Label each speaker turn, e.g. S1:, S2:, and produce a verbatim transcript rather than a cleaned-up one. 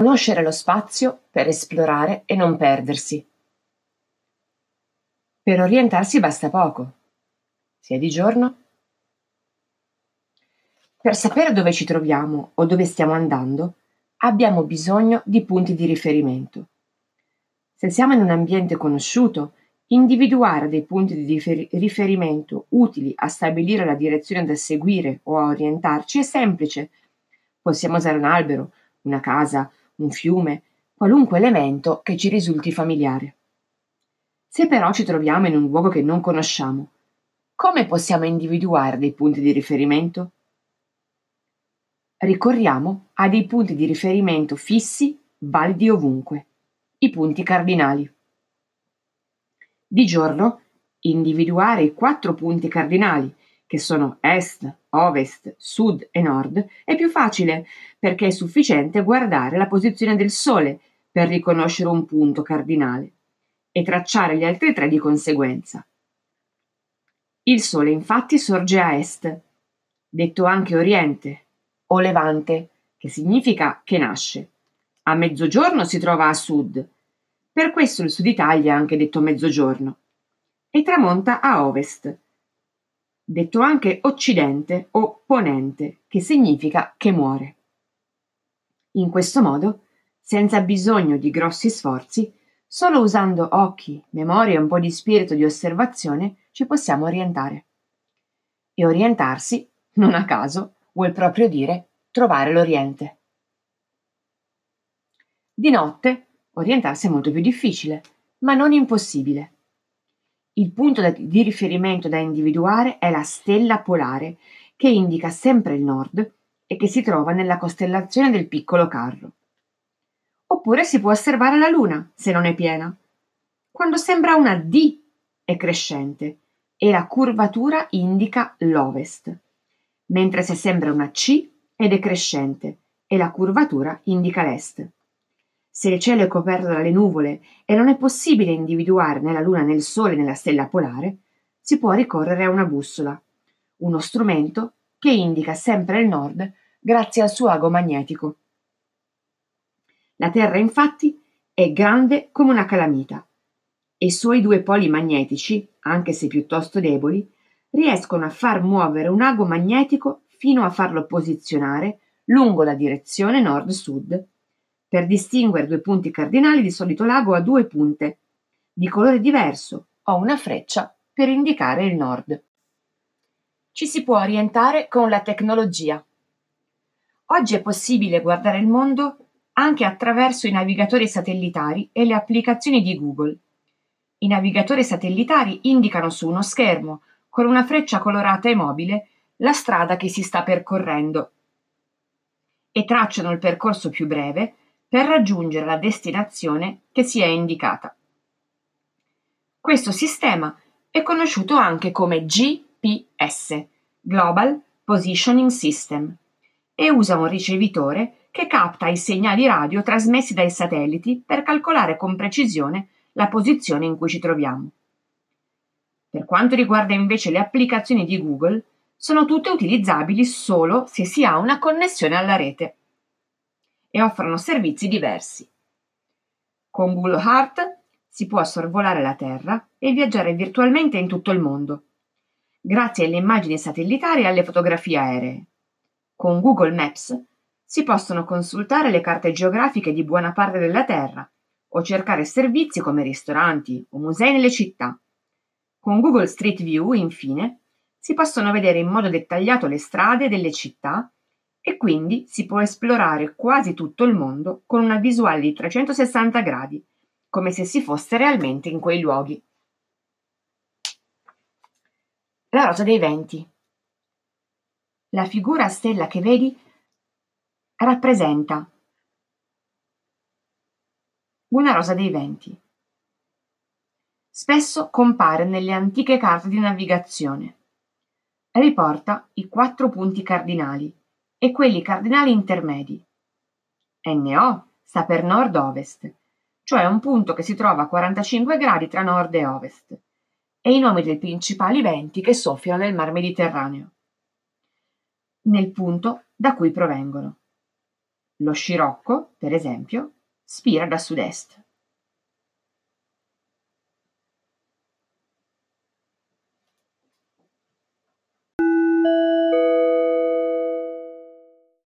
S1: Conoscere lo spazio per esplorare e non perdersi. Per orientarsi basta poco, sia di giorno. Per sapere dove ci troviamo o dove stiamo andando, abbiamo bisogno di punti di riferimento. Se siamo in un ambiente conosciuto, individuare dei punti di rifer- riferimento utili a stabilire la direzione da seguire o a orientarci è semplice. Possiamo usare un albero, una casa, un fiume, qualunque elemento che ci risulti familiare. Se però ci troviamo in un luogo che non conosciamo, come possiamo individuare dei punti di riferimento? Ricorriamo a dei punti di riferimento fissi, validi ovunque, i punti cardinali. Di giorno, individuare i quattro punti cardinali, che sono est, ovest, sud e nord, è più facile perché è sufficiente guardare la posizione del Sole per riconoscere un punto cardinale e tracciare gli altri tre di conseguenza. Il Sole infatti sorge a est, detto anche oriente o levante, che significa che nasce. A mezzogiorno si trova a sud, per questo il Sud Italia è anche detto mezzogiorno, e tramonta a ovest, detto anche occidente o ponente, che significa che muore. In questo modo, senza bisogno di grossi sforzi, solo usando occhi, memoria e un po' di spirito di osservazione ci possiamo orientare. E orientarsi, non a caso, vuol proprio dire trovare l'Oriente. Di notte orientarsi è molto più difficile, ma non impossibile. Il punto da- di riferimento da individuare è la stella polare, che indica sempre il nord e che si trova nella costellazione del Piccolo Carro. Oppure si può osservare la Luna, se non è piena. Quando sembra una D è crescente e la curvatura indica l'ovest, mentre se sembra una C è decrescente e la curvatura indica l'est. Se il cielo è coperto dalle nuvole e non è possibile individuare né la Luna né il Sole né la stella polare, si può ricorrere a una bussola, uno strumento che indica sempre il nord grazie al suo ago magnetico. La Terra, infatti, è grande come una calamita e i suoi due poli magnetici, anche se piuttosto deboli, riescono a far muovere un ago magnetico fino a farlo posizionare lungo la direzione nord-sud. Per distinguere due punti cardinali, di solito l'ago ha due punte di colore diverso o una freccia per indicare il nord. Ci si può orientare con la tecnologia. Oggi è possibile guardare il mondo anche attraverso i navigatori satellitari e le applicazioni di Google. I navigatori satellitari indicano su uno schermo, con una freccia colorata e mobile, la strada che si sta percorrendo e tracciano il percorso più breve per raggiungere la destinazione che si è indicata. Questo sistema è conosciuto anche come G P S, Global Positioning System, e usa un ricevitore che capta i segnali radio trasmessi dai satelliti per calcolare con precisione la posizione in cui ci troviamo. Per quanto riguarda invece le applicazioni di Google, sono tutte utilizzabili solo se si ha una connessione alla rete e offrono servizi diversi. Con Google Earth si può sorvolare la Terra e viaggiare virtualmente in tutto il mondo, grazie alle immagini satellitari e alle fotografie aeree. Con Google Maps si possono consultare le carte geografiche di buona parte della Terra o cercare servizi come ristoranti o musei nelle città. Con Google Street View, infine, si possono vedere in modo dettagliato le strade delle città e quindi si può esplorare quasi tutto il mondo con una visuale di trecentosessanta gradi, come se si fosse realmente in quei luoghi. La rosa dei venti. La figura a stella che vedi rappresenta una rosa dei venti. Spesso compare nelle antiche carte di navigazione. Riporta i quattro punti cardinali e quelli cardinali intermedi. N O sta per nord-ovest, cioè un punto che si trova a quarantacinque gradi tra nord e ovest, e i nomi dei principali venti che soffiano nel mar Mediterraneo, nel punto da cui provengono. Lo scirocco, per esempio, spira da sud-est.